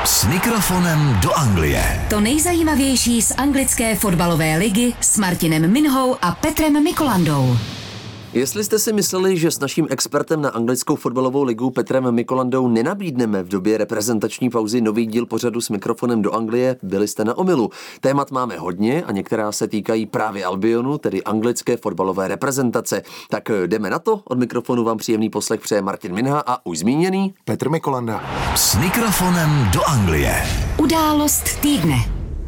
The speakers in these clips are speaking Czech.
S mikrofonem do Anglie. To nejzajímavější z anglické fotbalové ligy s Martinem Minhou a Petrem Mikolandou. Jestli jste si mysleli, že s naším expertem na anglickou fotbalovou ligu Petrem Mikolandou nenabídneme v době reprezentační pauzy nový díl pořadu S mikrofonem do Anglie, byli jste na omylu. Témat máme hodně a některá se týkají právě Albionu, tedy anglické fotbalové reprezentace. Tak jdeme na to, od mikrofonu vám příjemný poslech přeje Martin Minha a už zmíněný Petr Mikolanda. S mikrofonem do Anglie. Událost týdne.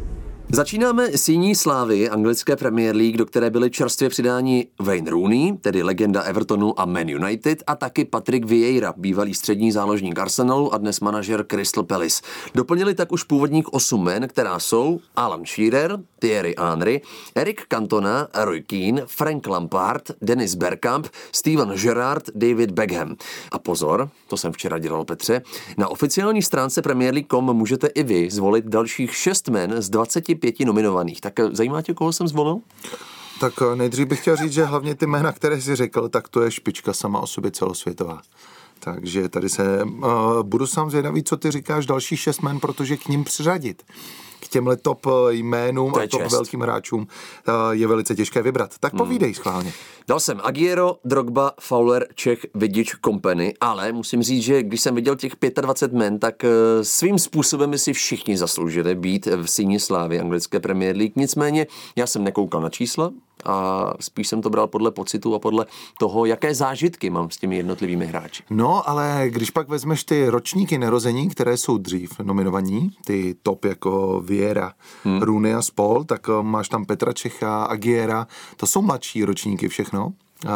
Začínáme síní slávy anglické Premier League, do které byli čerstvě přidáni Wayne Rooney, tedy legenda Evertonu a Man United, a taky Patrick Vieira, bývalý střední záložník Arsenalu a dnes manažer Crystal Palace. Doplnili tak už původních 8 men, která jsou Alan Shearer, Thierry Henry, Eric Cantona, Roy Keane, Frank Lampard, Dennis Bergkamp, Steven Gerrard, David Beckham. A pozor, to jsem včera dělal, Petře, na oficiální stránce Premier League.com můžete i vy zvolit dalších 6 men z 25 nominovaných. Tak zajímá tě, koho jsem zvolil? Tak nejdřív bych chtěl říct, že hlavně ty jména, které jsi řekl, tak to je špička sama o sobě celosvětová. Takže tady se budu sám zvědavý, co ty říkáš dalších 6 jmen, protože k ním přiřadit. K těmhle top jménům a top velkým hráčům je velice těžké vybrat. Tak povídej schválně. Dal jsem Aguero, Drogba, Fowler, Čech, Vidič, Kompany, ale musím říct, že když jsem viděl těch 25 men, tak svým způsobem si všichni zasloužili být v síni slávy anglické Premier League. Nicméně já jsem nekoukal na čísla a spíš jsem to bral podle pocitu a podle toho, jaké zážitky mám s těmi jednotlivými hráči. No, ale když pak vezmeš ty ročníky narození, které jsou dřív nominovaní, ty top jako Vieira, Rooney a spol, tak máš tam Petra Čecha, Aguera, to jsou mladší ročníky všechno.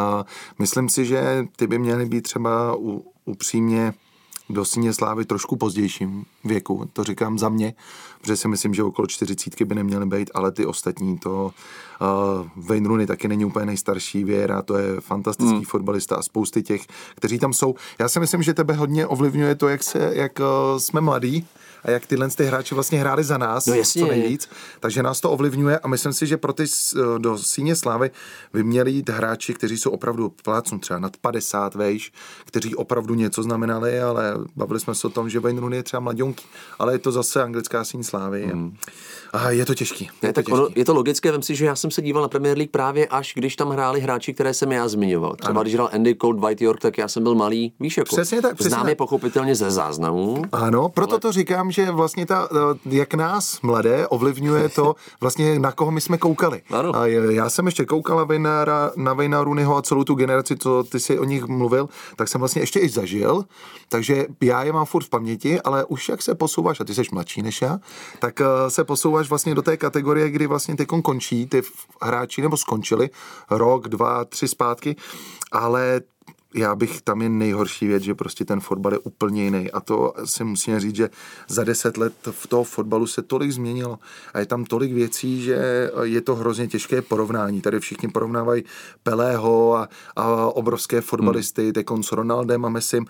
Myslím si, že ty by měly být třeba upřímně do síně slávy trošku pozdějším věku, to říkám za mě, protože si myslím, že okolo 40 by neměly být, ale ty ostatní to Wayne Rooney taky není úplně nejstarší, Vieira, to je fantastický fotbalista a spousty těch, kteří tam jsou. Já si myslím, že tebe hodně ovlivňuje to, jak jsme mladí a jak tyhle ty hráči vlastně hráli za nás, no co nejvíc, takže nás to ovlivňuje a myslím si, že pro ty do síně slávy by měli jít hráči, kteří jsou opravdu plácnu třeba nad 50 vejš, kteří opravdu něco znamenali, ale bavili jsme se o tom, že Wayne Rooney je třeba mladionky, ale je to zase anglická síň slávy. A je to těžký. Je to logické, vem si, že já jsem se díval na Premier League právě až když tam hráli hráči, které jsem já zmiňoval. Třeba když hrál Andy Cole, Dwight York, tak já jsem byl malý, víš jako. Přesně tak. Znám je pochopitelně ze záznamů. Ano, proto to říkám, že vlastně jak nás mladé ovlivňuje to vlastně na koho my jsme koukali. Ano. A já jsem ještě koukal na Wayna Rooneyho a celou tu generaci, co ty si o nich mluvil, tak jsem vlastně ještě i zažil, takže já je mám furt v paměti, ale už jak se posouváš, a ty jsi mladší než já, tak se posouváš vlastně do té kategorie, kdy vlastně teď končí ty hráči, nebo skončili rok, 2, 3 zpátky, ale já bych, tam je nejhorší věc, že prostě ten fotbal je úplně jiný a to si musím říct, že za 10 let v toho fotbalu se tolik změnilo a je tam tolik věcí, že je to hrozně těžké porovnání. Tady všichni porovnávají Pelého a obrovské fotbalisty, tekon s Ronaldem a Messim,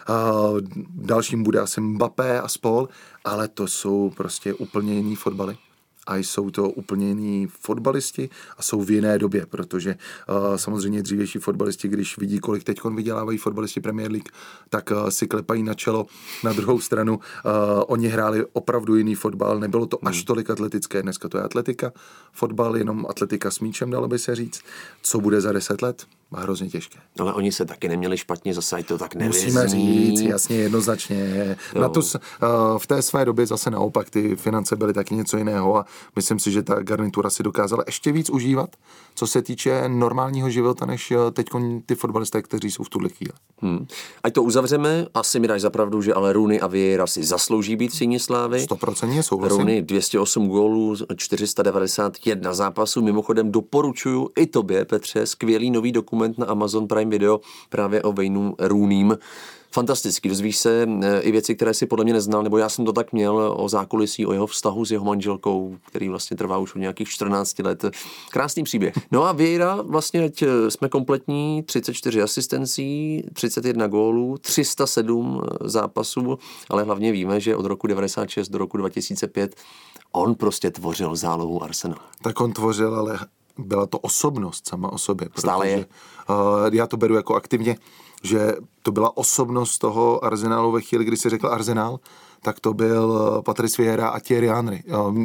dalším bude asi Mbappé a spol, ale to jsou prostě úplně jiný fotbaly. A jsou to úplně jiní fotbalisti a jsou v jiné době, protože samozřejmě dřívější fotbalisti, když vidí, kolik teď vydělávají fotbalisti Premier League, tak si klepají na čelo. Na druhou stranu oni hráli opravdu jiný fotbal, nebylo to až tolik atletické, dneska to je atletika, fotbal, jenom atletika s míčem, dalo by se říct. Co bude za 10 let? Hrozně těžké. Ale oni se taky neměli špatně, zase to tak nevězní. Musíme říct, jasně, jednoznačně. V té své době zase naopak ty finance byly taky něco jiného a myslím si, že ta garnitura si dokázala ještě víc užívat, co se týče normálního života, než teď ty fotbalisté, kteří jsou v tuhle chvíli. Ať to uzavřeme, asi mi dáš za pravdu, že ale Rooney a Vieira si zaslouží být v síni slávy. 100% souhlasím. Rooney 208 gólů, 491 zápasů. Mimochodem doporučuju i tobě, Petře, skvělý nový dokument na Amazon Prime Video právě o Waynu Rooneym. Fantastický, dozvíš se i věci, které si podle mě neznal, nebo já jsem to tak měl o zákulisí, o jeho vztahu s jeho manželkou, který vlastně trvá už od nějakých 14 let. Krásný příběh. No a Vieira, vlastně ať jsme kompletní, 34 asistencí, 31 gólů, 307 zápasů, ale hlavně víme, že od roku 96 do roku 2005 on prostě tvořil zálohu Arsenalu. Tak on tvořil, ale byla to osobnost sama o sobě. Stále je. Já to beru jako aktivně, že to byla osobnost toho Arsenalu ve chvíli, kdy si řekl Arsenal, tak to byl Patrice Vieira a Thierry Henry.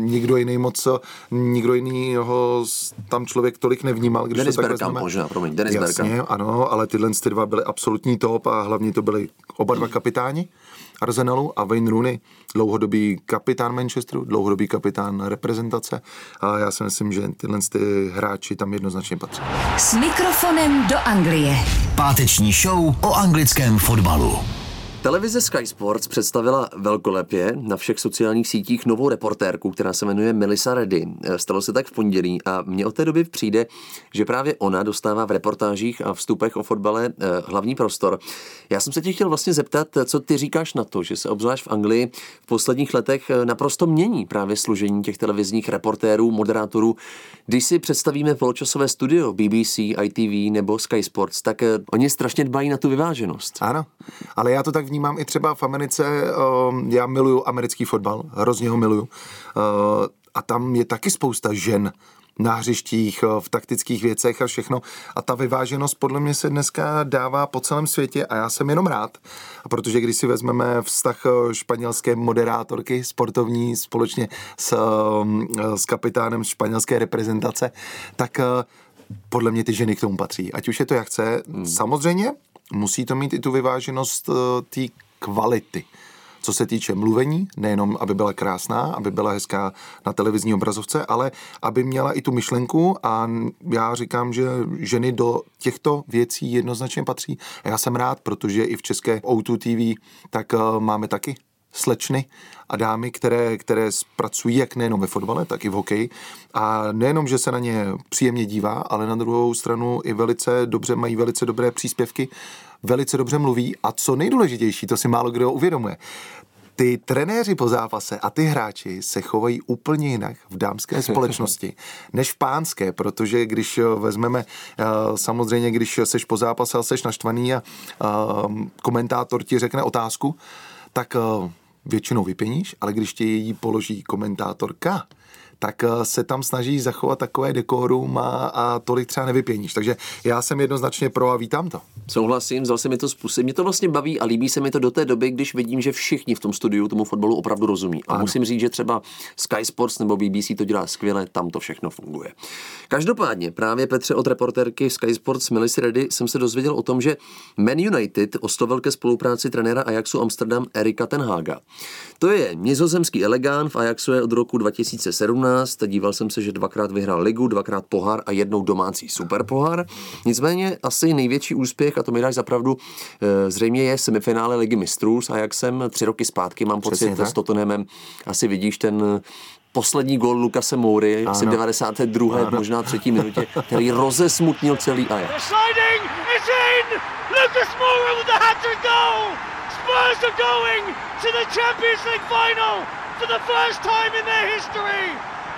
Nikdo jiný ho tam člověk tolik nevnímal. Když Dennis to tak Bergkamp možná, Dennis Bergkamp. Jasně, ano, ale tyhle dva byly absolutní top a hlavně to byli oba dva kapitáni Arsenalu a Wayne Rooney, dlouhodobý kapitán Manchesteru, dlouhodobý kapitán reprezentace a já si myslím, že tyhle hráči tam jednoznačně patří. S mikrofonem do Anglie. Páteční show o anglickém fotbalu. Televize Sky Sports představila velkolepě na všech sociálních sítích novou reportérku, která se jmenuje Melissa Reddy. Stalo se tak v pondělí a mně od té doby přijde, že právě ona dostává v reportážích a vstupech o fotbale hlavní prostor. Já jsem se tě chtěl vlastně zeptat, co ty říkáš na to, že se obzvlášť v Anglii v posledních letech naprosto mění právě složení těch televizních reportérů, moderátorů. Když si představíme poločasové studio BBC, ITV nebo Sky Sports, tak oni strašně dbají na tu vyváženost. Ano, ale já to tak vnímám i třeba v Americe, já miluju americký fotbal, hrozně ho miluju a tam je taky spousta žen na hřištích, v taktických věcech a všechno a ta vyváženost podle mě se dneska dává po celém světě a já jsem jenom rád, protože když si vezmeme vztah španělské moderátorky sportovní společně s kapitánem španělské reprezentace, tak podle mě ty ženy k tomu patří. Ať už je to jak chce, samozřejmě musí to mít i tu vyváženost té kvality. Co se týče mluvení, nejenom aby byla krásná, aby byla hezká na televizní obrazovce, ale aby měla i tu myšlenku a já říkám, že ženy do těchto věcí jednoznačně patří. A já jsem rád, protože i v české O2 TV tak máme taky slečny a dámy, které pracují jak nejenom ve fotbale, tak i v hokeji. A nejenom, že se na ně příjemně dívá, ale na druhou stranu i mají velice dobré příspěvky, velice dobře mluví a co nejdůležitější, to si málo kdo uvědomuje, ty trenéři po zápase a ty hráči se chovají úplně jinak v dámské společnosti než v pánské, protože když vezmeme, samozřejmě, když seš po zápase a seš naštvaný a komentátor ti řekne otázku, tak většinou vypěníš, ale když ti ji položí komentátorka, tak se tam snaží zachovat takové dekorum a tolik třeba nevypěníš. Takže já jsem jednoznačně pro a vítám to. Souhlasím, vzal se mi to způsob. Mě to vlastně baví a líbí se mi to do té doby, když vidím, že všichni v tom studiu tomu fotbalu opravdu rozumí. A musím říct, že třeba Sky Sports nebo BBC to dělá skvěle, tam to všechno funguje. Každopádně, právě Petře, od reportérky Sky Sports Melissy Reddy jsem se dozvěděl o tom, že Man United oslovil ke spolupráci trenéra Ajaxu Amsterdam Erika ten Haga. To je nizozemský elegán, v Ajaxu je od roku 2017. Díval jsem se, že 2krát vyhrál ligu, 2krát pohár a 1 domácí superpohár. Nicméně asi největší úspěch, a to mi dáš za pravdu, zřejmě je semifinále ligy mistrů s Ajaxem 3 roky zpátky, mám pocit, s Tottenhamem. Asi vidíš ten poslední gól Lukase Moury, asi v 92. možná 3. minutě, který rozesmutnil celý Ajax. Lucas Moura with the hat-trick goal! Spurs are going to the Champions League final for the first time in their history!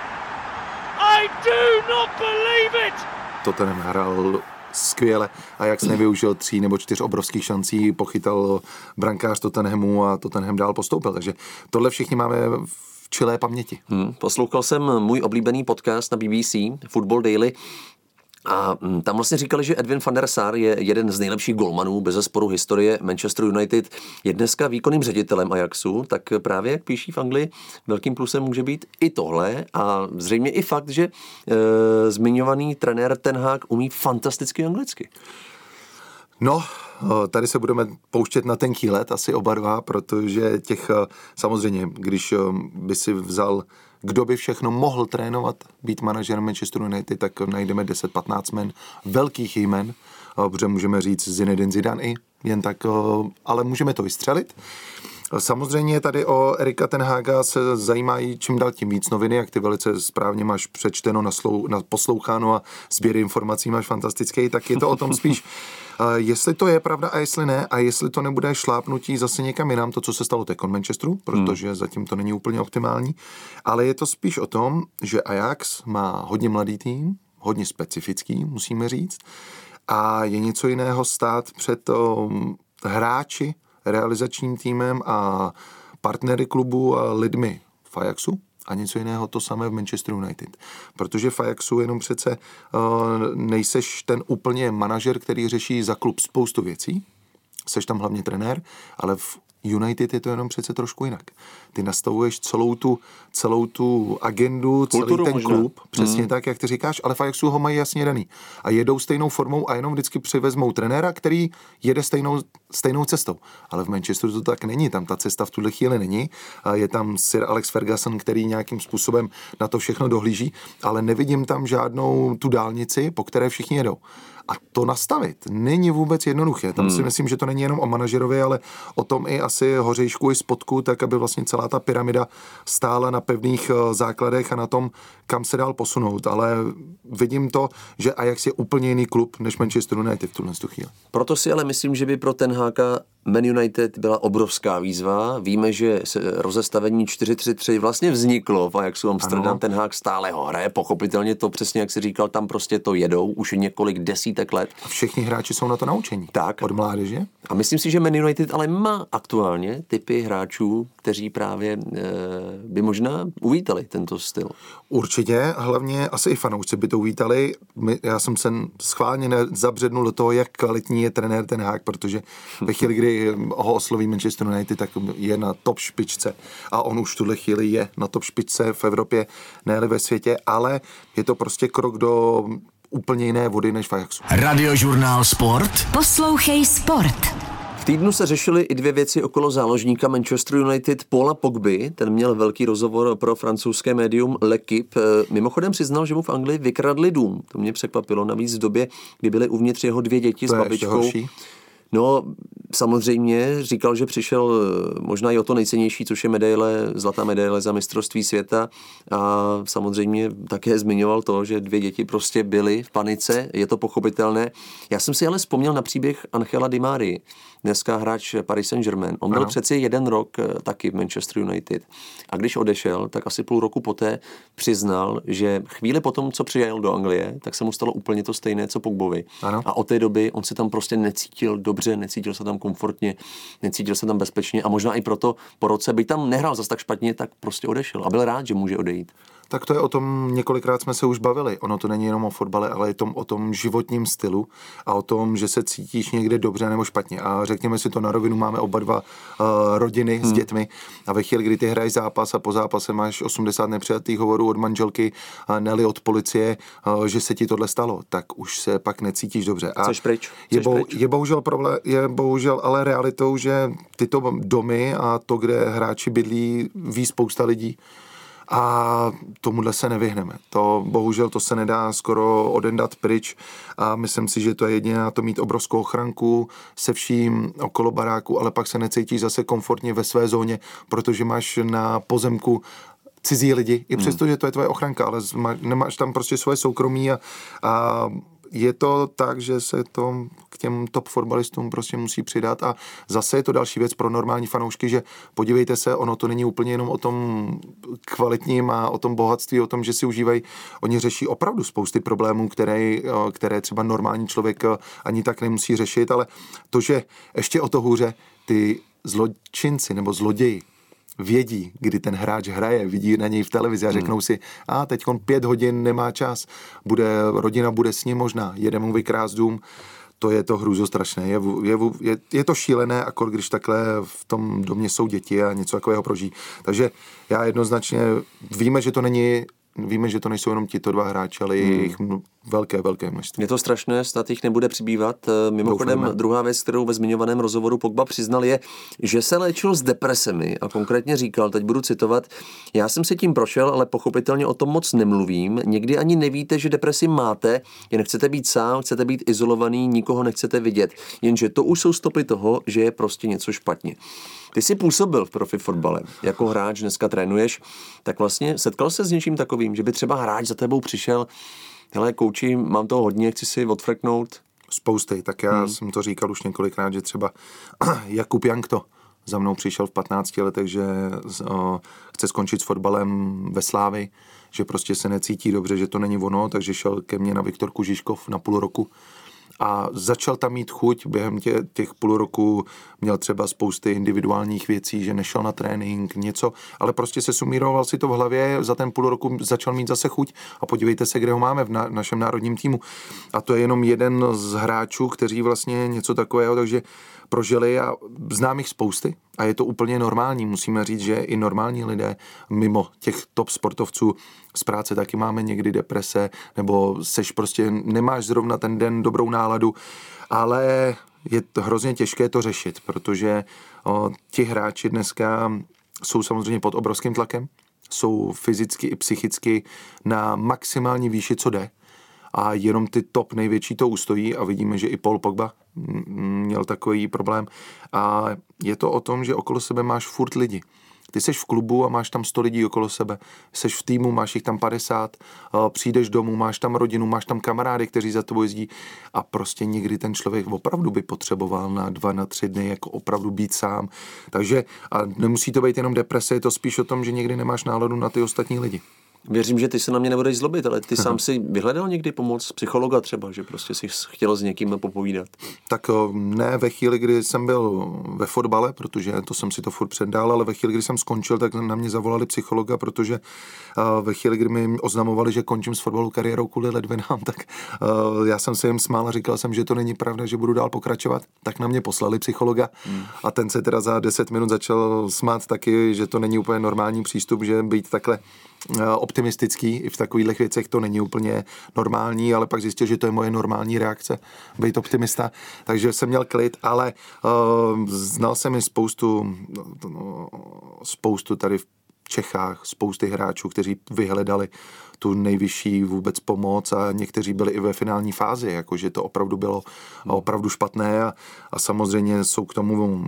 I do not believe it! Tottenham hrál skvěle a jak se nevyužil 3 nebo 4 obrovských šancí, pochytal brankář Tottenhamu a Tottenham dál postoupil. Takže tohle všichni máme v čilé paměti. Poslouchal jsem můj oblíbený podcast na BBC, Football Daily, a tam vlastně říkali, že Edwin van der Sar je jeden z nejlepších golmanů bezesporu historie Manchester United, je dneska výkonným ředitelem Ajaxu, tak právě, jak píší v Anglii, velkým plusem může být i tohle a zřejmě i fakt, že zmiňovaný trenér Ten Hag umí fantasticky anglicky. No, tady se budeme pouštět na tenký led, asi oba dva, protože samozřejmě, když by si vzal, kdo by všechno mohl trénovat, být manažerem Manchester United, tak najdeme 10-15 men, velkých jmen, protože můžeme říct Zinedine Zidane i jen tak, ale můžeme to vystřelit. Samozřejmě tady o Erika ten Haga se zajímají čím dál tím víc noviny, jak ty velice správně máš přečteno, posloucháno a sběr informací máš fantastický, tak je to o tom spíš, jestli to je pravda a jestli ne, a jestli to nebude šlápnutí zase někam jinam, to, co se stalo teď Manchesteru, protože zatím to není úplně optimální, ale je to spíš o tom, že Ajax má hodně mladý tým, hodně specifický, musíme říct, a je něco jiného stát před hráči, realizačním týmem a partnery klubu a lidmi v Ajaxu a něco jiného to samé v Manchester United. Protože v Ajaxu jenom přece nejseš ten úplně manažer, který řeší za klub spoustu věcí, seš tam hlavně trenér, ale v United je to jenom přece trošku jinak. Ty nastavuješ celou tu agendu, celý ten klub, přesně tak, jak ty říkáš, ale v Ajaxu ho mají jasně daný. A jedou stejnou formou a jenom vždycky přivezmou trenéra, který jede stejnou cestou. Ale v Manchesteru to tak není, tam ta cesta v tuhle chvíli není. Je tam Sir Alex Ferguson, který nějakým způsobem na to všechno dohlíží, ale nevidím tam žádnou tu dálnici, po které všichni jedou. A to nastavit není vůbec jednoduché. Tam si myslím, že to není jenom o manažerovi, ale o tom i asi hořejšku i spodku, tak aby vlastně celá ta pyramida stála na pevných základech a na tom, kam se dál posunout. Ale vidím to, že Ajax je úplně jiný klub než Manchester United v tuhle chvíli. Proto si ale myslím, že by pro Ten Haga Man United byla obrovská výzva. Víme, že rozestavení 4-3-3 vlastně vzniklo v Ajaxu Amsterdam. Ten Hag stále ho hraje, pochopitelně to přesně, jak jsi říkal, tam prostě to jedou už několik desítek let. A všichni hráči jsou na to naučení. Tak. Od mládeže. A myslím si, že Man United ale má aktuálně typy hráčů, kteří právě by možná uvítali tento styl. Určitě, hlavně asi i fanoušci by to uvítali. Já jsem se schválně nezabřednul do toho, jak kvalitní je trenér Ten Hag, protože ve chvíli, kdy ho osloví Manchester United, tak je na top špičce a on už v tuhle chvíli je na top špičce v Evropě, ne-li ve světě, ale je to prostě krok do úplně jiné vody než v Ajaxu. Radiožurnál Sport. Poslouchej Sport. V týdnu se řešily i dvě věci okolo záložníka Manchester United Paula Pogby. Ten měl velký rozhovor pro francouzské médium L'Équipe. Mimochodem přiznal, že mu v Anglii vykradli dům. To mě překvapilo, navíc v době, kdy byly uvnitř jeho 2 děti s babičkou. No, samozřejmě říkal, že přišel možná i o to nejcennější, což je zlatá medaile za mistrovství světa, a samozřejmě také zmiňoval to, že 2 děti prostě byly v panice, je to pochopitelné. Já jsem si ale vzpomněl na příběh Angela Di Marii, dneska hráč Paris Saint-Germain. On byl přeci 1 rok taky v Manchester United a když odešel, tak asi půl roku poté přiznal, že chvíli potom, co přijel do Anglie, tak se mu stalo úplně to stejné, co Pogbovi. A od té doby on se tam prostě necítil dobře, necítil se tam komfortně, necítil se tam bezpečně a možná i proto po roce, byť tam nehrál zas tak špatně, tak prostě odešel a byl rád, že může odejít. Tak to je o tom, několikrát jsme se už bavili. Ono to není jenom o fotbale, ale je to o tom životním stylu a o tom, že se cítíš někde dobře nebo špatně. A řekněme si to na rovinu, máme oba dva rodiny s dětmi a ve chvíli, kdy ty hraješ zápas a po zápase máš 80 nepřijatých hovorů od manželky, ne-li od policie, že se ti tohle stalo, tak už se pak necítíš dobře. A je bohužel ale realitou, že tyto domy a to, kde hráči bydlí, ví spousta lidí. A tomuhle se nevyhneme. Bohužel to se nedá skoro odendat pryč a myslím si, že to je jediné na to mít obrovskou ochranku se vším okolo baráku, ale pak se necítíš zase komfortně ve své zóně, protože máš na pozemku cizí lidi, i přesto, že to je tvoje ochranka, ale nemáš tam prostě svoje soukromí a je to tak, že se to k těm top fotbalistům prostě musí přidat a zase je to další věc pro normální fanoušky, že podívejte se, ono to není úplně jenom o tom kvalitním a o tom bohatství, o tom, že si užívají, oni řeší opravdu spousty problémů, které třeba normální člověk ani tak nemusí řešit, ale to, že ještě o to hůře ty zločinci nebo zloději vědí, kdy ten hráč hraje, vidí na něj v televizi a řeknou si, teď 5 hodin nemá čas, rodina bude s ním možná, jede mu vykrást dům, to je to hrůzostrašné, je to šílené, akor když takhle v tom domě jsou děti a něco takového prožijí. Takže já jednoznačně, víme, že to nejsou jenom tito 2 hráči, ale je jich velké množství. Je to strašné, snad jich nebude přibývat. Mimochodem, druhá věc, kterou ve zmiňovaném rozhovoru Pogba přiznal, je, že se léčil s depresemi a konkrétně říkal, teď budu citovat, já jsem si tím prošel, ale pochopitelně o tom moc nemluvím. Někdy ani nevíte, že depresi máte, jen chcete být sám, chcete být izolovaný, nikoho nechcete vidět. Jenže to už jsou stopy toho, že je prostě něco špatně. Ty jsi působil v profi fotbale, jako hráč, dneska trénuješ, tak vlastně setkal se s něčím takovým, že by třeba hráč za tebou přišel, hele, kouči, mám toho hodně, chci si odfrknout. Spousty, tak já jsem to říkal už několikrát, že třeba Jakub Jankto za mnou přišel v 15 letech, že chce skončit s fotbalem ve Slávi, že prostě se necítí dobře, že to není ono, takže šel ke mně na Viktorku Žižkov na půl roku. A začal tam mít chuť, během těch půl roku měl třeba spousty individuálních věcí, že nešel na trénink, něco, ale prostě se sumíroval si to v hlavě, za ten půl roku začal mít zase chuť a podívejte se, kde ho máme v našem národním týmu. A to je jenom jeden z hráčů, kteří vlastně něco takového, takže prožili a znám jich spousty a je to úplně normální. Musíme říct, že i normální lidé mimo těch top sportovců z práce taky máme někdy deprese, nebo nemáš zrovna ten den dobrou náladu, ale je to hrozně těžké to řešit, protože ti hráči dneska jsou samozřejmě pod obrovským tlakem, jsou fyzicky i psychicky na maximální výši, co jde. A jenom ty top největší to ustojí a vidíme, že i Paul Pogba měl takový problém. A je to o tom, že okolo sebe máš furt lidi. Ty seš v klubu a máš tam 100 lidí okolo sebe. Seš v týmu, máš jich tam 50, přijdeš domů, máš tam rodinu, máš tam kamarády, kteří za tebou jezdí a prostě někdy ten člověk opravdu by potřeboval na 2, na 3 dny jako opravdu být sám. Takže a nemusí to být jenom deprese, je to spíš o tom, že někdy nemáš náladu na ty ostatní lidi. Věřím, že ty se na mě nebudeš zlobit, ale ty sám si vyhledal někdy pomoc psychologa třeba, že prostě si chtěl s někým popovídat. Tak ne ve chvíli, kdy jsem byl ve fotbale, protože to jsem si to furt předdal, ale ve chvíli, kdy jsem skončil, tak na mě zavolali psychologa, protože ve chvíli, kdy mi oznamovali, že končím s fotbalovou kariérou kvůli ledvinám, tak já jsem se jim smál a říkal jsem, že to není pravda, že budu dál pokračovat, tak na mě poslali psychologa a ten se teda za 10 minut začal smát taky, že to není úplně normální přístup, že být takhle optimistický i v takových věcech to není úplně normální, ale pak zjistil, že to je moje normální reakce, být optimista, takže jsem měl klid, ale znal jsem i spoustu tady v Čechách, spousty hráčů, kteří vyhledali tu nejvyšší vůbec pomoc a někteří byli i ve finální fázi, jakože to opravdu bylo opravdu špatné a samozřejmě jsou k tomu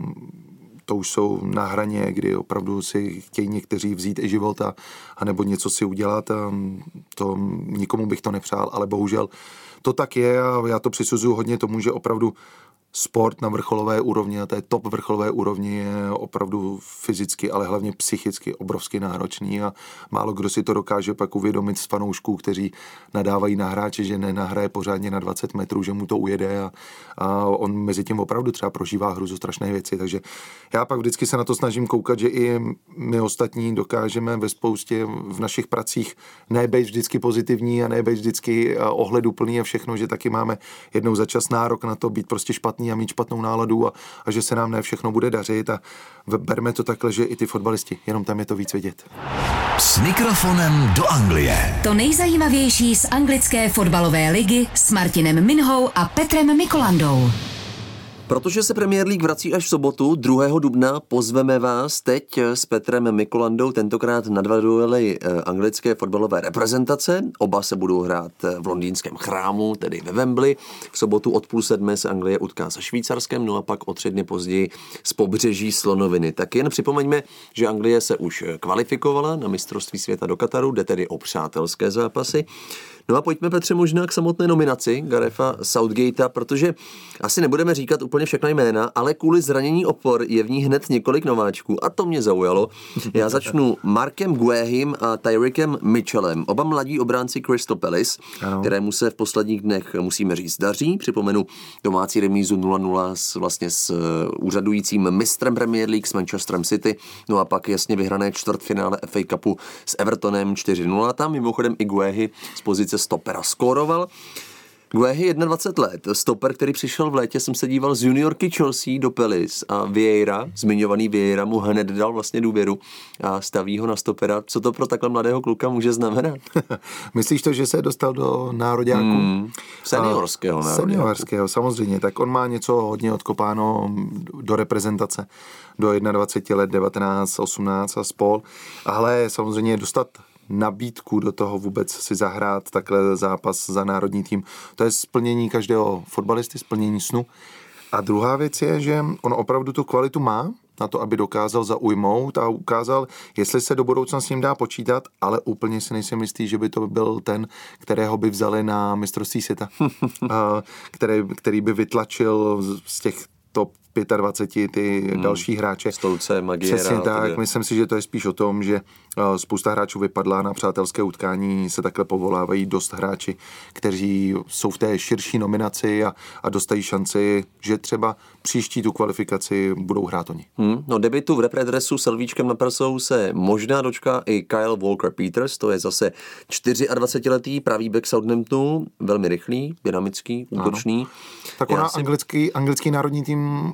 to už jsou na hraně, kdy opravdu si chtějí někteří vzít i život a nebo něco si udělat. A to nikomu bych to nepřál, ale bohužel to tak je a já to přisuzuju hodně tomu, že opravdu sport na vrcholové úrovni, a to je top vrcholové úrovni, je opravdu fyzicky, ale hlavně psychicky obrovsky náročný a málo kdo si to dokáže pak uvědomit z fanoušků, kteří nadávají na hráče, že nenahraje pořádně na 20 metrů, že mu to ujede a on mezi tím opravdu třeba prožívá hruzu strašné věci, takže já pak vždycky se na to snažím koukat, že i my ostatní dokážeme ve spoustě v našich pracích nebejt vždycky pozitivní a nebejt vždycky ohleduplný a všechno, že taky máme jednou za čas nárok na to být prostě špatný a mít špatnou náladu a že se nám ne všechno bude dařit a berme to takhle, že i ty fotbalisti, jenom tam je to víc vidět. S mikrofonem do Anglie. To nejzajímavější z anglické fotbalové ligy s Martinem Minhou a Petrem Mikolandou. Protože se Premier League vrací až v sobotu, 2. dubna, pozveme vás teď s Petrem Mikolandou, tentokrát na 2 duely anglické fotbalové reprezentace. Oba se budou hrát v londýnském Chrámu, tedy ve Wembley. V sobotu od 6:30 se Anglie utká se Švýcarskem, no a pak o 3 dny později z pobřeží Slonoviny. Tak jen připomeňme, že Anglie se už kvalifikovala na mistrovství světa do Kataru, jde tedy o přátelské zápasy. No a pojďme, Petře, možná k samotné nominaci Garetha Southgatea, protože asi nebudeme říkat úplně všechna jména, ale kvůli zranění opor je v ní hned několik nováčků a to mě zaujalo. Já začnu Markem Guéhim a Tyreekem Mitchellem, oba mladí obránci Crystal Palace, kterému se v posledních dnech, musíme říct, daří. Připomenu domácí remízu 0-0 vlastně s úřadujícím mistrem Premier League s Manchesterem City, no a pak jasně vyhrané čtvrtfinále FA Cupu s Evertonem 4-0. Tam mimochodem i Guéhi z pozice stopera skóroval. Guéhi 21 let, stoper, který přišel v létě, jsem se díval z juniorky Chelsea do Palace a Vieira, zmiňovaný Vieira, mu hned dal vlastně důvěru a staví ho na stopera. Co to pro takhle mladého kluka může znamenat? Myslíš to, že se dostal do nároďáku? Seniorského nároďáku. Seniorského, samozřejmě. Tak on má něco hodně odkopáno do reprezentace, do 21 let, 19, 18 a spol. Ale samozřejmě dostat nabídku do toho vůbec si zahrát takhle zápas za národní tým. To je splnění každého fotbalisty, splnění snu. A druhá věc je, že on opravdu tu kvalitu má na to, aby dokázal zaujmout a ukázal, jestli se do budoucna s ním dá počítat, ale úplně si nejsem jistý, že by to byl ten, kterého by vzali na mistrovství světa, který by vytlačil z těch top 25 ty další hráče. Stolce, Magiera. Přesně tak, myslím si, že to je spíš o tom, že spousta hráčů vypadla na přátelské utkání, se takhle povolávají dost hráči, kteří jsou v té širší nominaci a dostají šanci, že třeba příští tu kvalifikaci budou hrát oni. No debitu v repredresu s lvíčkem na prsou se možná dočká i Kyle Walker-Peters, to je zase 24letý pravý back Southamptonu, velmi rychlý, dynamický, útočný. Tak ona anglický národní tým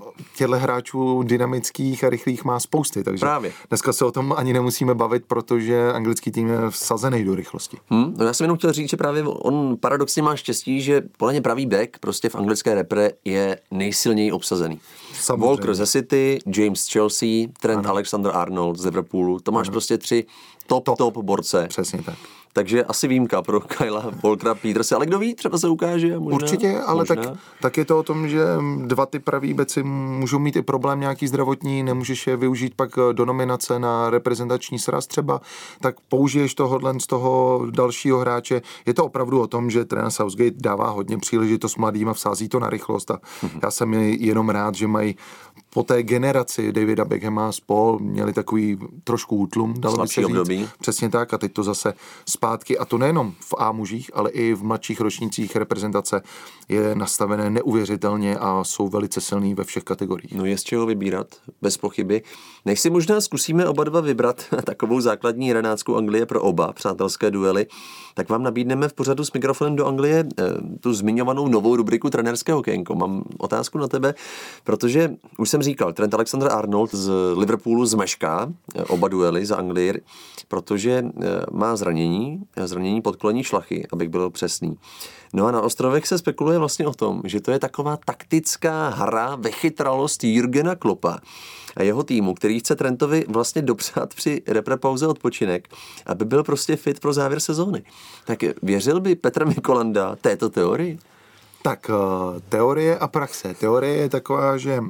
těchto hráčů dynamických a rychlých má spousty, takže právě. Dneska se o tom ani nemusíme vbavit, protože anglický tým je vsazený do rychlosti. No já jsem jenom chtěl říct, že právě on paradoxně má štěstí, že podle mě pravý back prostě v anglické repre je nejsilněji obsazený. Samozřejmě. Walker ze City, James z Chelsea, Trent Alexander-Arnold z Liverpoolu, to máš prostě 3 top borce. Přesně tak. Takže asi výjimka pro Kylea Walkera, Peterse, ale kdo ví, třeba se ukáže. Možná, určitě, ale možná. tak je to o tom, že 2 ty praví beci můžou mít i problém nějaký zdravotní, nemůžeš je využít pak do nominace na reprezentační sraz třeba, tak použiješ tohodle z toho dalšího hráče. Je to opravdu o tom, že trenér Southgate dává hodně příležitost mladým a vsází to na rychlost a já jsem jenom rád, že mají po té generaci Davida Beckhama spol měli takový trošku útlum, dalo by se říct. Přesně tak a teď to zase zpátky a to nejenom v A mužích, ale i v mladších ročnících reprezentace je nastavené neuvěřitelně a jsou velice silný ve všech kategoriích. No je z čeho vybírat, bez pochyby. Než si možná zkusíme oba dva vybrat takovou základní jedenáctku Anglie pro oba přátelské duely, tak vám nabídneme v pořadu S mikrofonem do Anglie tu zmiňovanou novou rubriku Trenérské okénko. Mám otázku na tebe, protože už jsem říkal, Trent Alexander-Arnold z Liverpoolu zmešká oba duely za Anglii, protože má zranění podkolení šlachy, abych byl přesný. No a na ostrovech se spekuluje vlastně o tom, že to je taková taktická hra vychytralost Jürgena Kloppa a jeho týmu, který chce Trentovi vlastně dopřát při reprepauze odpočinek, aby byl prostě fit pro závěr sezóny. Tak věřil by Petr Mikolanda této teorii? Tak teorie a praxe. Teorie je taková, že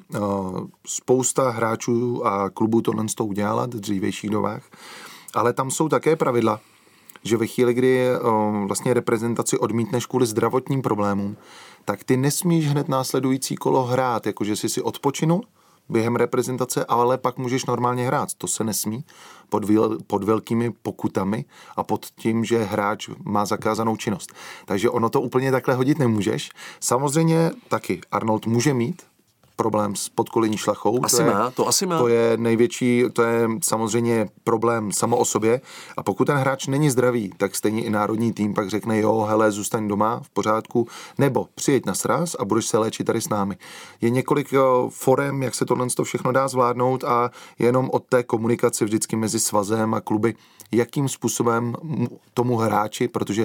spousta hráčů a klubů tohle to udělala v dřívějších dobách, ale tam jsou také pravidla, že ve chvíli, kdy vlastně reprezentaci odmítneš kvůli zdravotním problémům, tak ty nesmíš hned následující kolo hrát, jakože jsi si odpočinul během reprezentace, ale pak můžeš normálně hrát. To se nesmí pod velkými pokutami a pod tím, že hráč má zakázanou činnost. Takže ono to úplně takhle hodit nemůžeš. Samozřejmě taky Arnold může mít problém s podkolení šlachou. Asi má. To je největší, to je samozřejmě problém samo o sobě a pokud ten hráč není zdravý, tak stejně i národní tým pak řekne jo, hele, zůstaň doma, v pořádku, nebo přijeď na sraz a budeš se léčit tady s námi. Je několik forem, jak se tohle všechno dá zvládnout a jenom od té komunikace vždycky mezi svazem a kluby, jakým způsobem tomu hráči, protože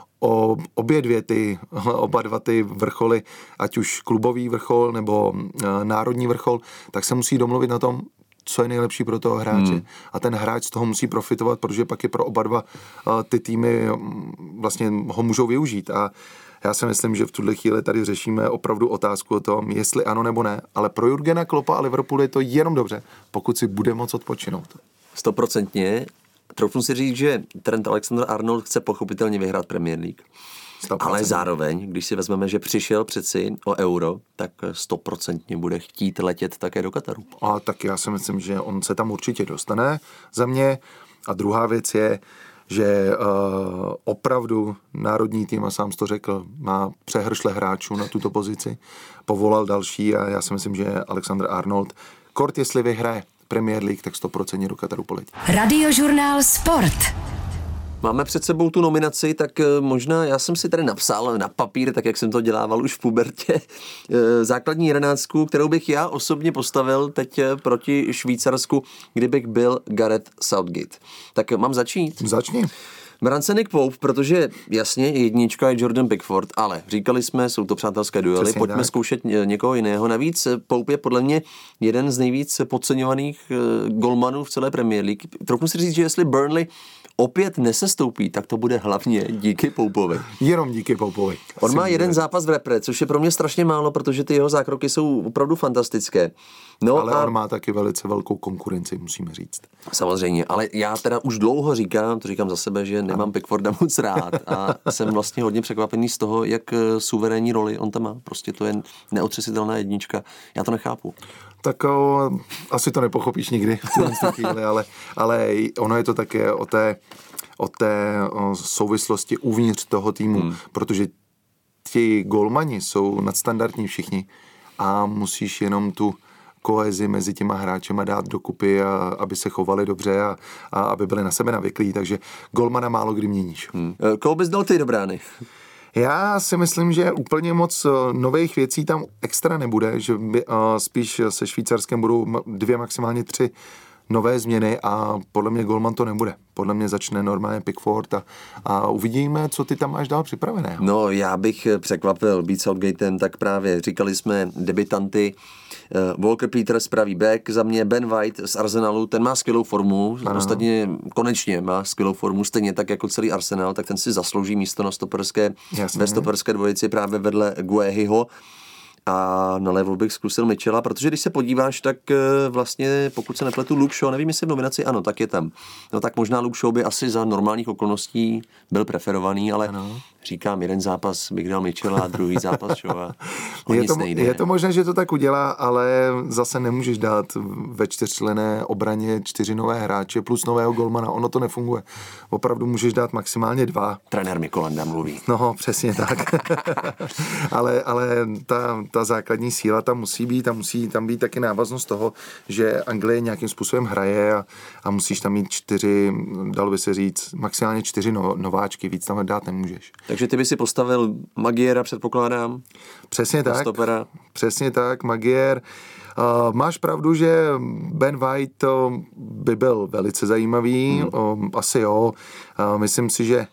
oba dva ty vrcholy, ať už klubový vrchol nebo národní vrchol, tak se musí domluvit na tom, co je nejlepší pro toho hráče. A ten hráč z toho musí profitovat, protože pak je pro oba dva ty týmy vlastně ho můžou využít. A já si myslím, že v tuhle chvíli tady řešíme opravdu otázku o tom, jestli ano nebo ne, ale pro Jurgena Kloppa a Liverpool je to jenom dobře, pokud si bude moc odpočinout. 100%. Troufnu si říct, že Trent Alexander-Arnold chce pochopitelně vyhrát Premier League. 100%. Ale zároveň, když si vezmeme, že přišel přeci o euro, tak 100% bude chtít letět také do Kataru. A tak já si myslím, že on se tam určitě dostane za mě. A druhá věc je, že opravdu národní tým, a sám jsi to řekl, má přehršle hráčů na tuto pozici, povolal další a já si myslím, že Alexander-Arnold, kort jestli vyhraje Premier League, tak 100% do Kataru poletí. Radiožurnál Sport. Máme před sebou tu nominaci, tak možná já jsem si tady napsal na papír, tak jak jsem to dělával už v pubertě, základní jedenáctku, kterou bych já osobně postavil teď proti Švýcarsku, kdybych byl Gareth Southgate. Tak mám začít? Začni. Brance Nick Pope, protože jasně jednička je Jordan Pickford, ale říkali jsme, jsou to přátelské duely, přesně pojďme tak zkoušet někoho jiného. Navíc Pope je podle mě jeden z nejvíc podceňovaných golmanů v celé Premier League. Trochu si říct, že jestli Burnley opět nesestoupí, tak to bude hlavně díky Popeovi. Jenom díky Popeovi. On má jeden zápas v repre, což je pro mě strašně málo, protože ty jeho zákroky jsou opravdu fantastické. No ale on má taky velice velkou konkurenci, musíme říct. Samozřejmě, ale já teda už dlouho říkám, to říkám za sebe, že nemám Pickforda moc rád a jsem vlastně hodně překvapený z toho, jak suverénní roli on tam má. Prostě to je neotřesitelná jednička. Já to nechápu. Tak asi to nepochopíš nikdy v této chvíli, ale ono je to také o té souvislosti uvnitř toho týmu, protože ti golmani jsou nadstandardní všichni a musíš jenom tu kohezi mezi těma hráčema dát dokupy, aby se chovali dobře a aby byli na sebe navyklí, takže golmana málo kdy měníš. Koho bys dal ty do brány? Já si myslím, že úplně moc nových věcí tam extra nebude, že by, spíš se Švýcarskem budou 2, maximálně 3 nové změny a podle mě golman to nebude. Podle mě začne normálně Pickford a uvidíme, co ty tam máš dál připravené. No, já bych překvapil být Southgatem, tak právě říkali jsme debutanty, Walker Peters pravý back, za mě Ben White z Arsenalu, ten má skvělou formu, ostatně konečně má skvělou formu, stejně tak jako celý Arsenal, tak ten si zaslouží místo na ve stoperské dvojici právě vedle Guehiho. A nalevo bych zkusil Mitchella, protože když se podíváš, tak vlastně, pokud se nepletu, Luke Shaw, nevím, jestli v nominaci, ano, tak je tam. No tak možná Luke Shaw by asi za normálních okolností byl preferovaný, ale říkám, jeden zápas bych dal Mitchella a druhý zápas Shawa. Je to možné, že to tak udělá, ale zase nemůžeš dát ve 4členné obraně 4 nové hráče plus nového golmana, ono to nefunguje. Opravdu můžeš dát maximálně 2. Trenér Mikolanda mluví. No, přesně tak. ale ta základní síla tam musí být a musí tam být taky návaznost toho, že Anglie nějakým způsobem hraje a musíš tam mít 4, dalo by se říct, maximálně 4 nováčky, víc tam dát nemůžeš. Takže ty by si postavil Maguiera, předpokládám? Přesně tak. Stopera. Přesně tak, Maguire. Máš pravdu, že Ben White by byl velice zajímavý, asi jo. Myslím si, že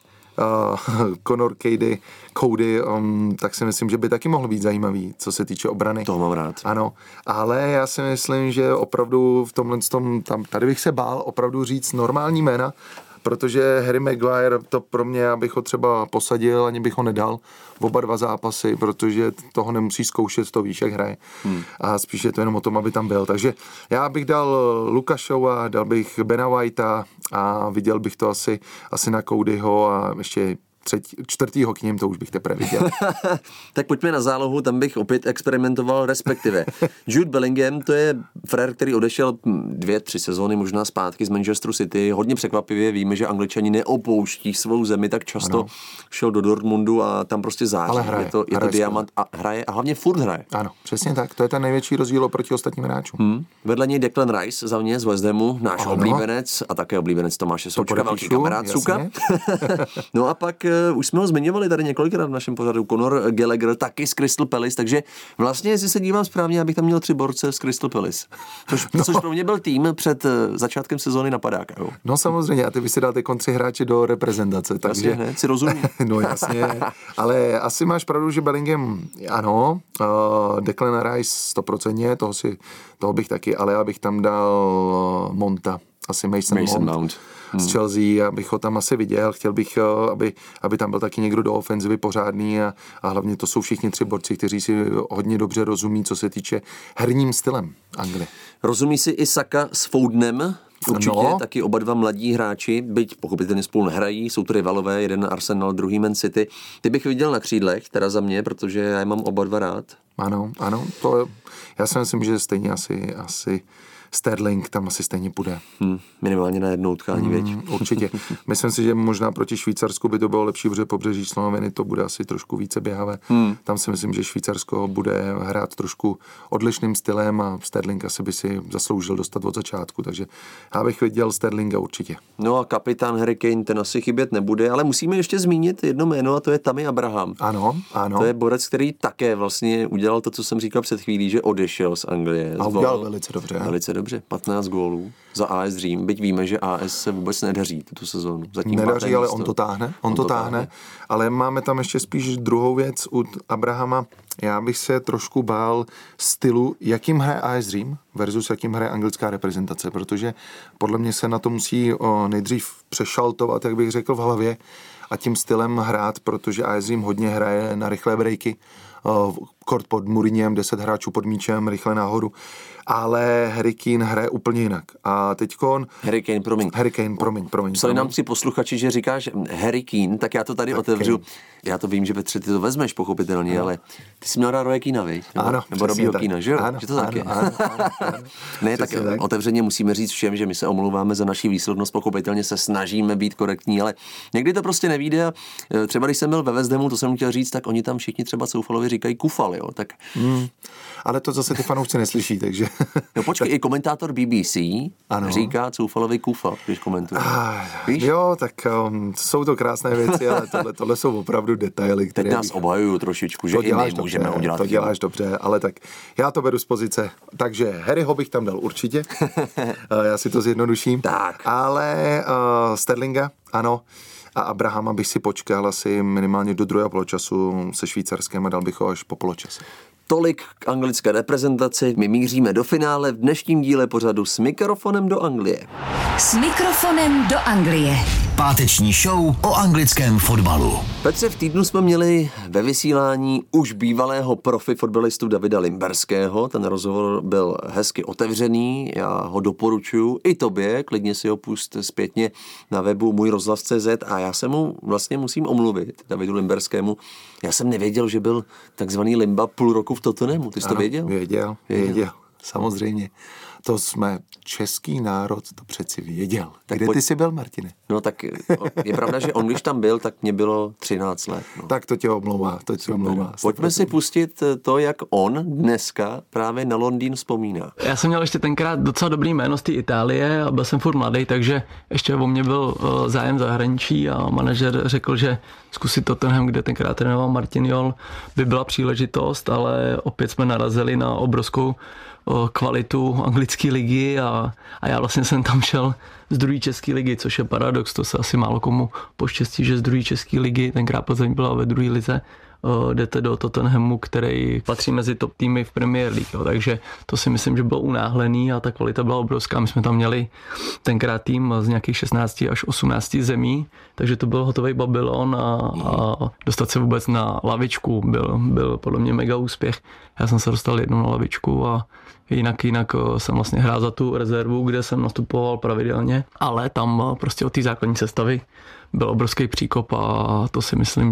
Conor Cody, tak si myslím, že by taky mohl být zajímavý, co se týče obrany. To mám rád. Ano, ale já si myslím, že opravdu v tomhle tady bych se bál opravdu říct normální jména, protože Harry Maguire, to pro mě, abych ho třeba posadil, ani bych ho nedal v oba 2 zápasy, protože toho nemusí zkoušet, to víš, jak hraje. A spíš je to jenom o tom, aby tam byl. Takže já bych dal Luka Shawa, dal bych Bena Whitea a viděl bych to asi na Codyho a ještě 4. k ním, to už bych teprve viděl. Tak pojďme na zálohu, tam bych opět experimentoval, respektive. Jude Bellingham, to je frér, který odešel 2-3 sezóny možná zpátky z Manchesteru City. Hodně překvapivě víme, že Angličani neopouští svou zemi tak často. Ano. Šel do Dortmundu a tam prostě září. Ale hraje, je to diamant a hraje a hlavně furt hraje. Ano, přesně tak. To je ten největší rozdíl oproti ostatním hráčům. Vedle něj Declan Rice za mě z West Hamu, náš oblíbenec a také oblíbenec Tomáše Součka, velký kamarád Suka. No a pak už jsme ho zmiňovali tady několikrát v našem pořadu, Conor Gallagher taky z Crystal Palace, takže vlastně, jestli se dívám správně, abych tam měl 3 borce z Crystal Palace. Což pro mě byl tým před začátkem sezóny napadáka. Jo. No samozřejmě, a ty by si dal ty 3 hráče do reprezentace. Takže hned si rozumím. No jasně, ale asi máš pravdu, že Bellingham, ano, Declan Rice 100%, toho bych taky, ale já bych tam dal Monta, asi Mason Mount. Z Chelsea, abych ho tam asi viděl. Chtěl bych, aby tam byl taky někdo do ofenzivy pořádný a hlavně to jsou všichni 3 borci, kteří si hodně dobře rozumí, co se týče herním stylem Anglie. Rozumí si i Saka s Fodenem? Určitě, taky oba 2 mladí hráči, byť pochopitelně spolu nehrají, jsou to rivalové, jeden Arsenal, druhý Man City. Ty bych viděl na křídlech, teda za mě, protože já je mám oba 2 rád. Ano, já si myslím, že stejně asi Sterling tam asi stejně půjde. Minimálně na jedno utkání, věď. Určitě. Myslím si, že možná proti Švýcarsku by to bylo lepší, protože pobřeží Slonoviny to bude asi trošku více běhavé. Tam si myslím, že Švýcarsko bude hrát trošku odlišným stylem a Sterling asi by si zasloužil dostat od začátku, takže já bych viděl Sterlinga určitě. No a kapitán Harry Kane, ten asi chybět nebude, ale musíme ještě zmínit jedno jméno a to je Tammy Abraham. Ano. To je borec, který také vlastně udělal to, co jsem říkal před chvílí, že odešel z Anglie. A udělal velice dobře. Dobře, 15 gólů za AS Řím, byť víme, že AS se vůbec nedaří tuto sezónu. Nedaří, ale on to táhne. Ale máme tam ještě spíš druhou věc u Abrahama. Já bych se trošku bál stylu, jakým hraje AS Řím versus jakým hraje anglická reprezentace, protože podle mě se na to musí nejdřív přešaltovat, jak bych řekl, v hlavě a tím stylem hrát, protože AS Řím hodně hraje na rychlé breaky, kort pod Mourinhem, 10 hráčů pod míčem, rychle nahoru, ale Harry Kane hraje úplně jinak. A teďkon... Harry Kane, promiň. Psali nám 3 posluchači, že říkáš Harry Kane, tak já to tady otevřu. Já to vím, že Petře, ty to vezmeš pochopitelně, ale ty jsi měl rád Roye Keana, viď? Nebo Robbieho Keana, že jo? Ano, že to tak je. Ano. Ne, tak otevřeně musíme říct všem, že my se omlouváme za naši výslovnost, pochopitelně se snažíme být korektní, ale někdy to prostě nevíde a třeba když jsem byl ve West Hamu, to jsem chtěl říct, tak oni tam všichni třeba Soufalovi říkají kufal, jo, tak... Ale to zase ty fanoušci neslyší, takže... No počkej, i komentátor BBC říká Coufalovi kufa, když komentuje. Víš? Jo, tak jsou to krásné věci, ale tohle jsou opravdu detaily, které... Teď nás obhajují trošičku, že i my můžeme udělat. To děláš dobře, ale tak já to beru z pozice. Takže Harryho bych tam dal určitě. Já si to zjednoduším. Tak. Ale Sterlinga, ano. A Abrahama bych si počkal asi minimálně do druhého poločasu se Švýcarskem a dal bych ho až po poločase. Tolik k anglické reprezentaci. My míříme do finále v dnešním díle pořadu S mikrofonem do Anglie. S mikrofonem do Anglie. Páteční show o anglickém fotbalu. Petře, v týdnu jsme měli ve vysílání už bývalého profi fotbalistu Davida Limberského. Ten rozhovor byl hezky otevřený, já ho doporučuji i tobě, klidně si ho pust zpětně na webu Můj rozhlas.cz a já se mu vlastně musím omluvit, Davidu Limberskému. Já jsem nevěděl, že byl takzvaný Limba půl roku v Tottenhamu. Ty jsi to věděl? Věděl. Samozřejmě. To jsme český národ, to přeci věděl. Tak kde ty jsi byl, Martine? No tak je pravda, že on když tam byl, tak mě bylo 13 let. No. Tak to tě omlouvá, Pojďme si pustit to, jak on dneska právě na Londýn vzpomíná. Já jsem měl ještě tenkrát docela dobrý jméno z té Itálie a byl jsem furt mladý, takže ještě o mě byl zájem zahraničí a manažer řekl, že zkusit Tottenham, kde tenkrát trénoval Martin Jol, by byla příležitost, ale opět jsme narazili na obrovskou kvalitu anglické ligy a já vlastně jsem tam šel z druhé české ligy, což je paradox, to se asi málo komu poštěstí, že z druhé české ligy, tenkrát Plzeň byla ve druhé lize, jdete do Tottenhamu, který patří mezi top týmy v Premier League, jo. Takže to si myslím, že bylo unáhlený a ta kvalita byla obrovská. My jsme tam měli tenkrát tým z nějakých 16 až 18 zemí, takže to byl hotový Babylon a dostat se vůbec na lavičku byl podle mě mega úspěch. Já jsem se dostal jednou na lavičku a jinak jsem vlastně hrál za tu rezervu, kde jsem nastupoval pravidelně, ale tam prostě od té základní sestavy byl obrovský příkop a to si myslím,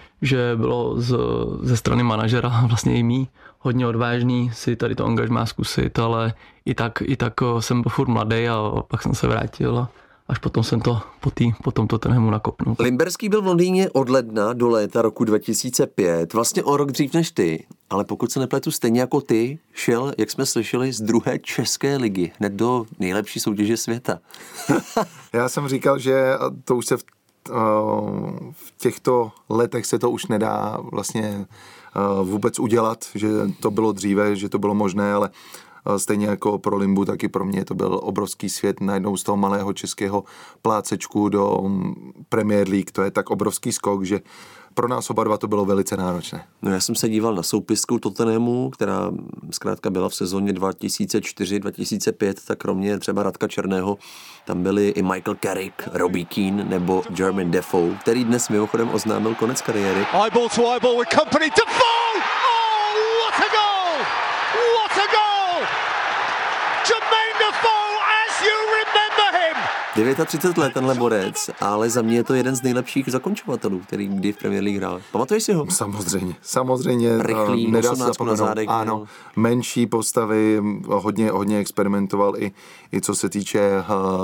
že bylo ze strany manažera vlastně i mý hodně odvážný si tady to angažmá zkusit, ale i tak jsem byl furt mladý a pak jsem se vrátil a až potom jsem to po tom Tottenhamu nakopnul. Limberský byl v Londýně od ledna do léta roku 2005, vlastně o rok dřív než ty, ale pokud se nepletu, stejně jako ty, šel, jak jsme slyšeli, z druhé české ligy, hned do nejlepší soutěže světa. Já jsem říkal, že to už se v těchto letech se to už nedá vlastně vůbec udělat, že to bylo dříve, že to bylo možné, ale stejně jako pro Limbu, tak i pro mě to byl obrovský svět najednou z toho malého českého plácečku do Premier League. To je tak obrovský skok, že pro nás oba dva to bylo velice náročné. No já jsem se díval na soupisku Tottenhamu, která zkrátka byla v sezóně 2004-2005, tak kromě třeba Radka Černého, tam byli i Michael Carrick, Robbie Keane nebo Jermaine Defoe, který dnes mimochodem oznámil konec kariéry. Eyeball to eyeball with company. Defoe! Oh, what a goal! What a goal! Jermaine Defoe, as you remember him! 39 let tenhle borec, ale za mě je to jeden z nejlepších zakončovatelů, který kdy v Premier League hrál. Pamatuješ si ho? Samozřejmě. Rychlý, nedá se zapomenout. Na zádech. Ano, menší postavy, hodně experimentoval i co se týče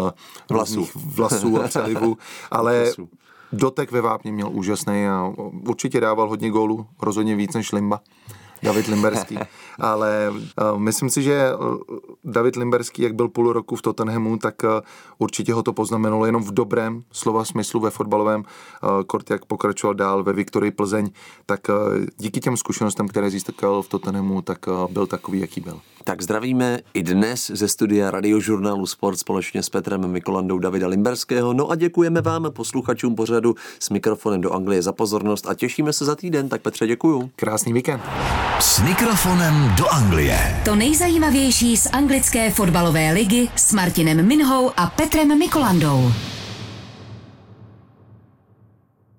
vlasů a přelivu, ale dotek ve vápně měl úžasný a určitě dával hodně gólů, rozhodně víc než Limba. David Limberský, ale myslím si, že David Limberský, jak byl půl roku v Tottenhamu, tak určitě ho to poznamenalo jenom v dobrém slova smyslu ve fotbalovém. Kort, jak pokračoval dál ve Viktorii Plzeň, tak díky těm zkušenostem, které získal v Tottenhamu, tak byl takový, jaký byl. Tak zdravíme i dnes ze studia Radiožurnálu Sport společně s Petrem Mikolandou Davida Limberského. No a děkujeme vám, posluchačům pořadu S mikrofonem do Anglie, za pozornost a těšíme se za týden. Tak Petře, děkuju. Krásný víkend. S mikrofonem do Anglie. To nejzajímavější z anglické fotbalové ligy s Martinem Minhou a Petrem Mikolandou.